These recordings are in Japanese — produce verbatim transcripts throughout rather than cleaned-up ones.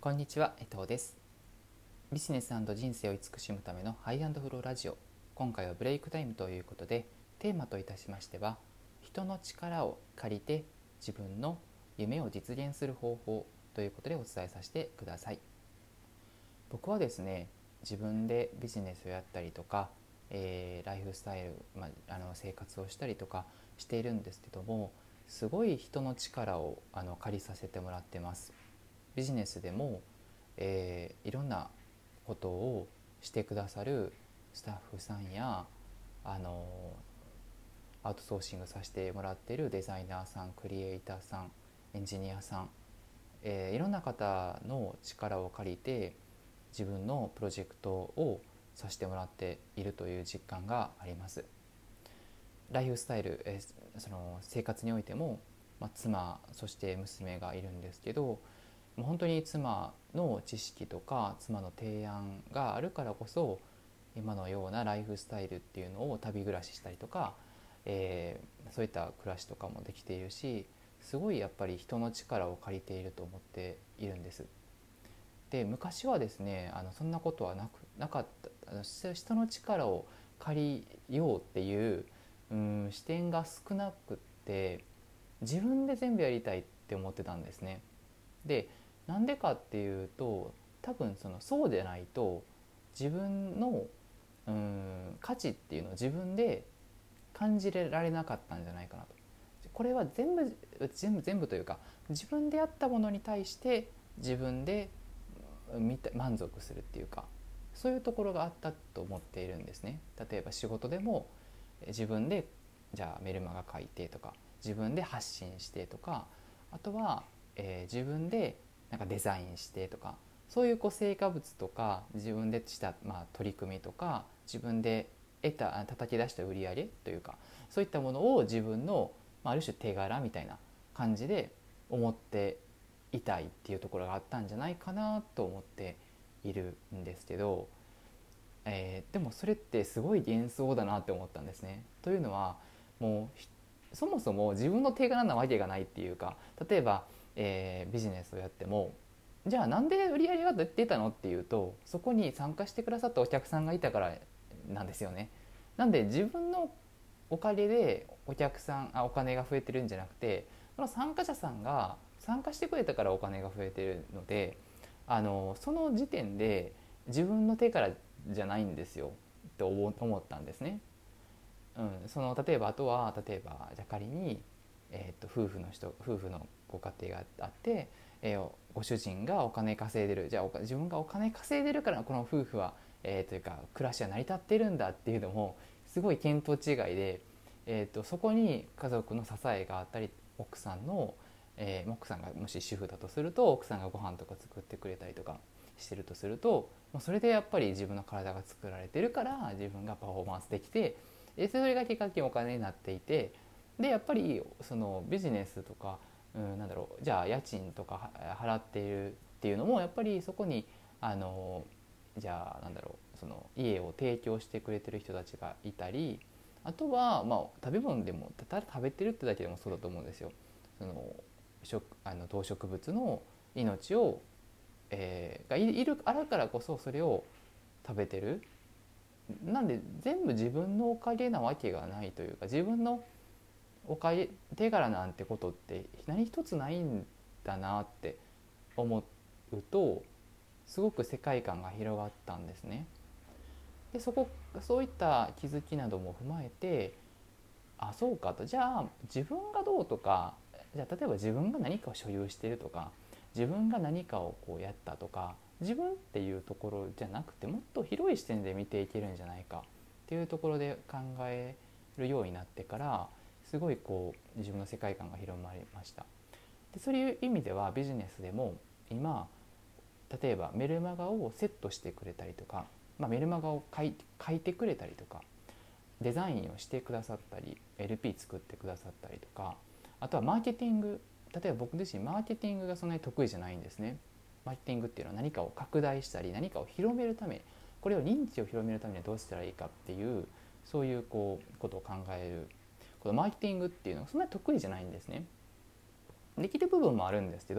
こんにちは、江藤です。ビジネス&人生を慈しむためのハイ&フローラジオ。今回はブレイクタイムということで、テーマといたしましては、人の力を借りて自分の夢を実現する方法ということでお伝えさせてください。僕はですね、自分でビジネスをやったりとか、えーライフスタイル、まあ、あの生活をしたりとかしているんですけども、すごい人の力をあの借りさせてもらってます。ビジネスでも、えーいろんなことをしてくださるスタッフさんや、あのアウトソーシングさせてもらっているデザイナーさん、クリエイターさん、エンジニアさん、えーいろんな方の力を借りて自分のプロジェクトをさせてもらっているという実感があります。ライフスタイル、えーその生活においても、まあ、妻そして娘がいるんですけど、もう本当に妻の知識とか妻の提案があるからこそ今のようなライフスタイルっていうのを旅暮らししたりとか、えーそういった暮らしとかもできているし、すごいやっぱり人の力を借りていると思っているんです。で、昔はですね、あのそんなことはなくなかった。あの人の力を借りようっていう、うん、視点が少なくって、自分で全部やりたいって思ってたんですね。で、なんでかっていうと、多分そのそうでないと自分のうーん価値っていうのを自分で感じられなかったんじゃないかなと。これは全部全部全部というか、自分でやったものに対して自分で満足するっていうか、そういうところがあったと思っているんですね。例えば仕事でも自分でじゃあメルマガ書いてとか、自分で発信してとか、あとは、えー自分でなんかデザインしてとか、そういうこう成果物とか自分でした、まあ、取り組みとか自分で得た叩き出した売り上げというか、そういったものを自分の、まあ、ある種手柄みたいな感じで思っていたいっていうところがあったんじゃないかなと思っているんですけど、えーでもそれってすごい幻想だなって思ったんですね。というのは、もうそもそも自分の手柄なわけがないっていうか、例えば、えービジネスをやっても、じゃあなんで売り上げが出たのっていうと、そこに参加してくださったお客さんがいたからなんですよね。なんで自分のおかげでお客さんあお金が増えてるんじゃなくて、その参加者さんが参加してくれたからお金が増えてるので、あのその時点で自分の手からじゃないんですよって思ったんですね。うん、その例えばあとは例えばじゃあ仮に、えー、と夫婦の人夫婦のご家庭があって、えーご主人がお金稼いでる、じゃあ自分がお金稼いでるからこの夫婦は、えー、というか暮らしは成り立ってるんだっていうのもすごい見当違いで、えー、とそこに家族の支えがあったり、奥さんの、えー奥さんがもし主婦だとすると奥さんがご飯とか作ってくれたりとかしてるとすると、それでやっぱり自分の体が作られてるから自分がパフォーマンスできて、それが結果的にお金になっていて、でやっぱりそのビジネスとか、うん、なんだろう、じゃあ家賃とか払っているっていうのもやっぱりそこにあのじゃあなんだろう、その家を提供してくれてる人たちがいたり、あとはまあ食べ物でもただ食べてるってだけでもそうだと思うんですよ。その食あの動植物の命を、えーがいいるあるからこそそれを食べてる。なんで全部自分のおかげなわけがないというか、自分のおかげ手柄なんてことって何一つないんだなって思うと、すごく世界観が広がったんですね。でそこそういった気づきなども踏まえて、あそうかと、じゃあ自分がどうとか、じゃあ例えば自分が何かを所有しているとか、自分が何かをこうやったとか、自分っていうところじゃなくてもっと広い視点で見ていけるんじゃないかっていうところで考えるようになってから、すごいこう自分の世界観が広まりました。でそういう意味ではビジネスでも今、例えばメルマガをセットしてくれたりとか、まあ、メルマガを書い書いてくれたりとか、デザインをしてくださったり エルピー 作ってくださったりとか、あとはマーケティング、例えば僕自身マーケティングがそんなに得意じゃないんですね。マーケティングっていうのは何かを拡大したり何かを広めるため、これを認知を広めるためにはどうしたらいいかっていう、そういうこうことを考える、このマーケティングっていうのはそんなに得意じゃないんですね。できる部分もあるんですけど、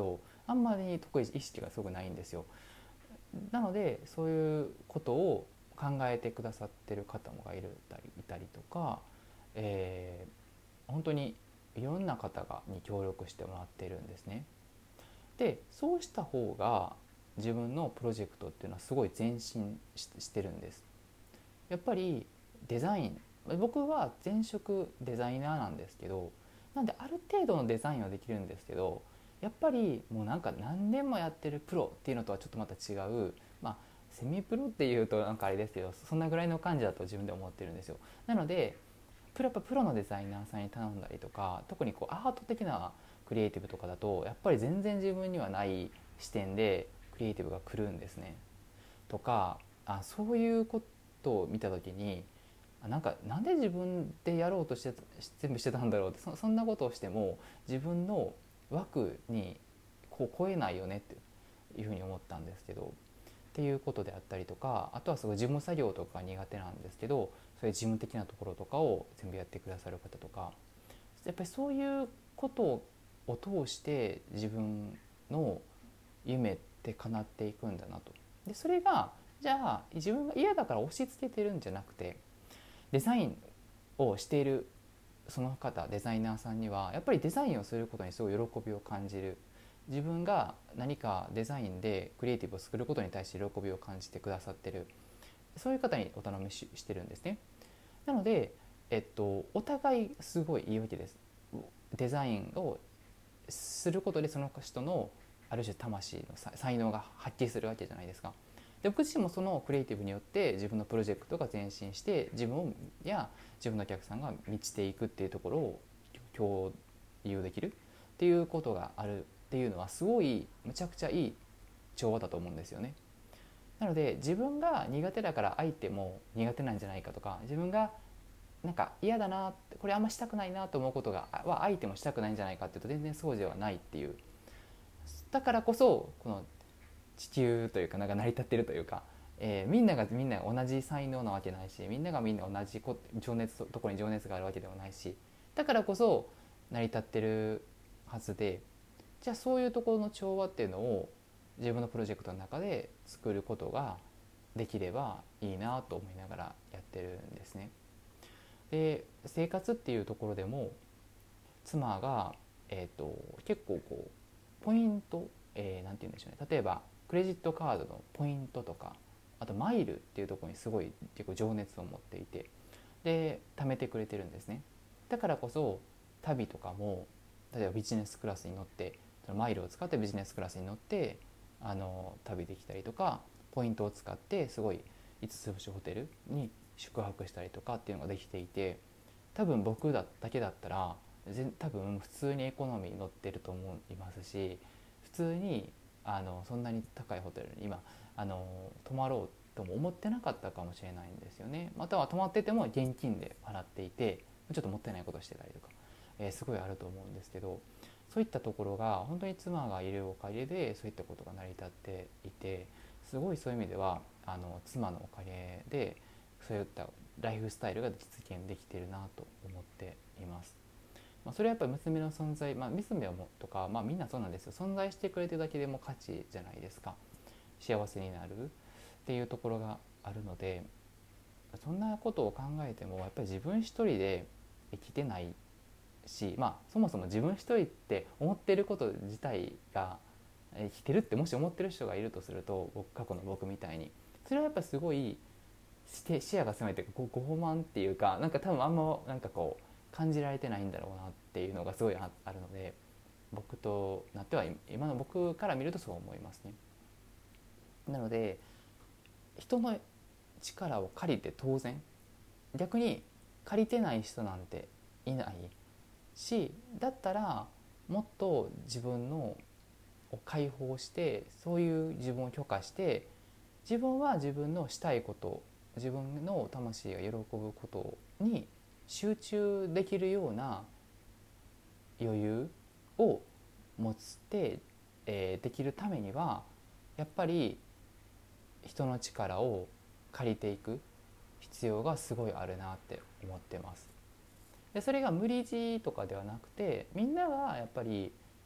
あんまり得意意識がすごくないんですよ。なのでそういうことを考えてくださってる方もがいるたりいたりとか、えー、本当にいろんな方がに協力してもらっているんですね。でそうした方が自分のプロジェクトっていうのはすごい前進 し, してるんです。やっぱりデザイン、僕は前職デザイナーなんですけど、なんである程度のデザインはできるんですけど、やっぱりもうなんか何年もやってるプロっていうのとはちょっとまた違う、まあセミプロっていうとなんかあれですけど、そんなぐらいの感じだと自分で思ってるんですよ。なのでプロプロのデザイナーさんに頼んだりとか、特にこうアート的なクリエイティブとかだとやっぱり全然自分にはない視点でクリエイティブが来るんですね。とか、あそういうことを見た時に、なんかなんで自分でやろうとして全部してたんだろうって、 そ, そんなことをしても自分の枠にこう超えないよねっていうふうに思ったんですけど、っていうことであったりとか、あとはすごい事務作業とか苦手なんですけど、そういう事務的なところとかを全部やってくださる方とか、やっぱりそういうことを通して自分の夢って叶っていくんだなと。でそれがじゃあ自分が嫌だから押し付けてるんじゃなくて、デザインをしているその方デザイナーさんにはやっぱりデザインをすることにすごい喜びを感じる、自分が何かデザインでクリエイティブを作ることに対して喜びを感じてくださってる、そういう方にお頼み し, してるんですね。なので、えっと、お互いすごいいいわけです。デザインをすることでその人のある種魂の才能が発揮するわけじゃないですか。で僕自身もそのクリエイティブによって自分のプロジェクトが前進して自分や自分のお客さんが満ちていくっていうところを共有できるっていうことがあるっていうのはすごいむちゃくちゃいい調和だと思うんですよね。なので自分が苦手だから相手も苦手なんじゃないかとか、自分がなんか嫌だな、これあんましたくないなと思うことがは相手もしたくないんじゃないかっていうと全然そうではないっていう。だからこそこの地球というかなんか成り立ってるというか、えー、みんながみんな同じ才能なわけないし、みんながみんな同じこ情熱ところに情熱があるわけではないし、だからこそ成り立ってるはずで、じゃあそういうところの調和っていうのを自分のプロジェクトの中で作ることができればいいなと思いながらやってるんですね。で生活っていうところでも妻が、えー、と結構こうポイント、えー、なんて言うんでしょうね、例えばクレジットカードのポイントとか、あとマイルっていうところにすごい結構情熱を持っていて、で貯めてくれてるんですね。だからこそ旅とかも例えばビジネスクラスに乗って、マイルを使ってビジネスクラスに乗ってあの旅できたりとか、ポイントを使ってすごいいつつ星ホテルに宿泊したりとかっていうのができていて、多分僕だけだったら多分普通にエコノミーに乗ってると思いますし、普通にあのそんなに高いホテルに今あの泊まろうとも思ってなかったかもしれないんですよね。または泊まってても現金で払っていてちょっともったいないことしてたりとか、えー、すごいあると思うんですけど、そういったところが本当に妻がいるおかげでそういったことが成り立っていて、すごいそういう意味ではあの妻のおかげでそういったライフスタイルが実現できているなと思っています。まあ、それはやっぱり娘の存在、まあ、娘もとか、まあ、みんなそうなんですよ。存在してくれてるだけでも価値じゃないですか。幸せになるっていうところがあるので、そんなことを考えてもやっぱり自分一人で生きてないし、まあ、そもそも自分一人って思ってること自体が生きてるってもし思ってる人がいるとすると、僕過去の僕みたいにそれはやっぱすごいして視野が狭いというかご傲慢っていうか、なんか多分あんまなんかこう感じられてないんだろうなっていうのがすごい あ, あるので、僕となっては今の僕から見るとそう思いますね。なので人の力を借りて当然、逆に借りてない人なんていないし、だったらもっと自分のを解放して、そういう自分を許可して、自分は自分のしたいこと、自分の魂が喜ぶことに集中できるような余裕を持って、えー、できるためにはやっぱり人の力を借りていく必要がすごいあるなって思ってます。でそれが無理強いとかではなくて、みんながやっぱり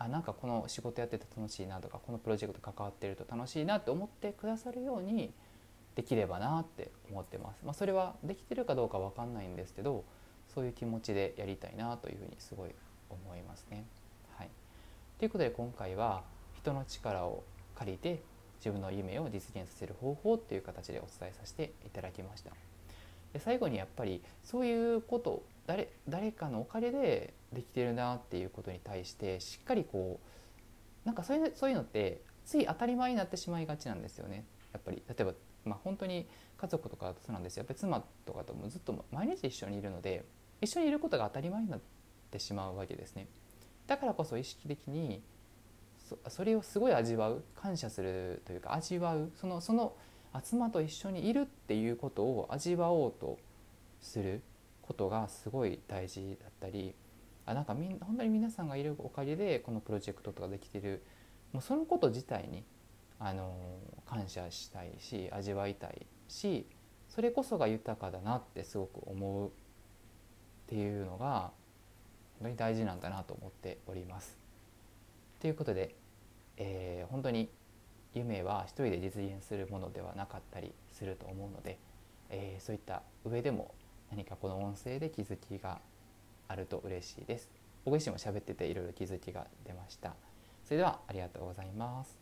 あなんかこの仕事やってて楽しいなとか、このプロジェクト関わってると楽しいなって思ってくださるようにできればなって思ってます。まあ、それはできてるかどうか分かんないんですけど、そういう気持ちでやりたいなというふうにすごい思いますね。はい、ということで今回は人の力を借りて自分の夢を実現させる方法っていう形でお伝えさせていただきました。で最後にやっぱりそういうこと誰誰かのおかげでできてるなっていうことに対してしっかりこうなんかそういう、そういうのってつい当たり前になってしまいがちなんですよね。やっぱり例えば、まあ、本当に家族とかだとそうなんですよ。やっぱり妻とかともずっと毎日一緒にいるので、一緒にいることが当たり前になってしまうわけですね。だからこそ意識的に そ, それをすごい味わう、感謝するというか味わう、そのその妻と一緒にいるっていうことを味わおうとすることがすごい大事だったり、あなんかみん本当に皆さんがいるおかげでこのプロジェクトとかできてる、もうそのこと自体にあの感謝したいし味わいたいし、それこそが豊かだなってすごく思うっていうのが本当に大事なんだなと思っております。ということで、えー本当に夢は一人で実現するものではなかったりすると思うので、えーそういった上でも何かこの音声で気づきがあると嬉しいです。僕自身も喋ってていろいろ気づきが出ました。それではありがとうございます。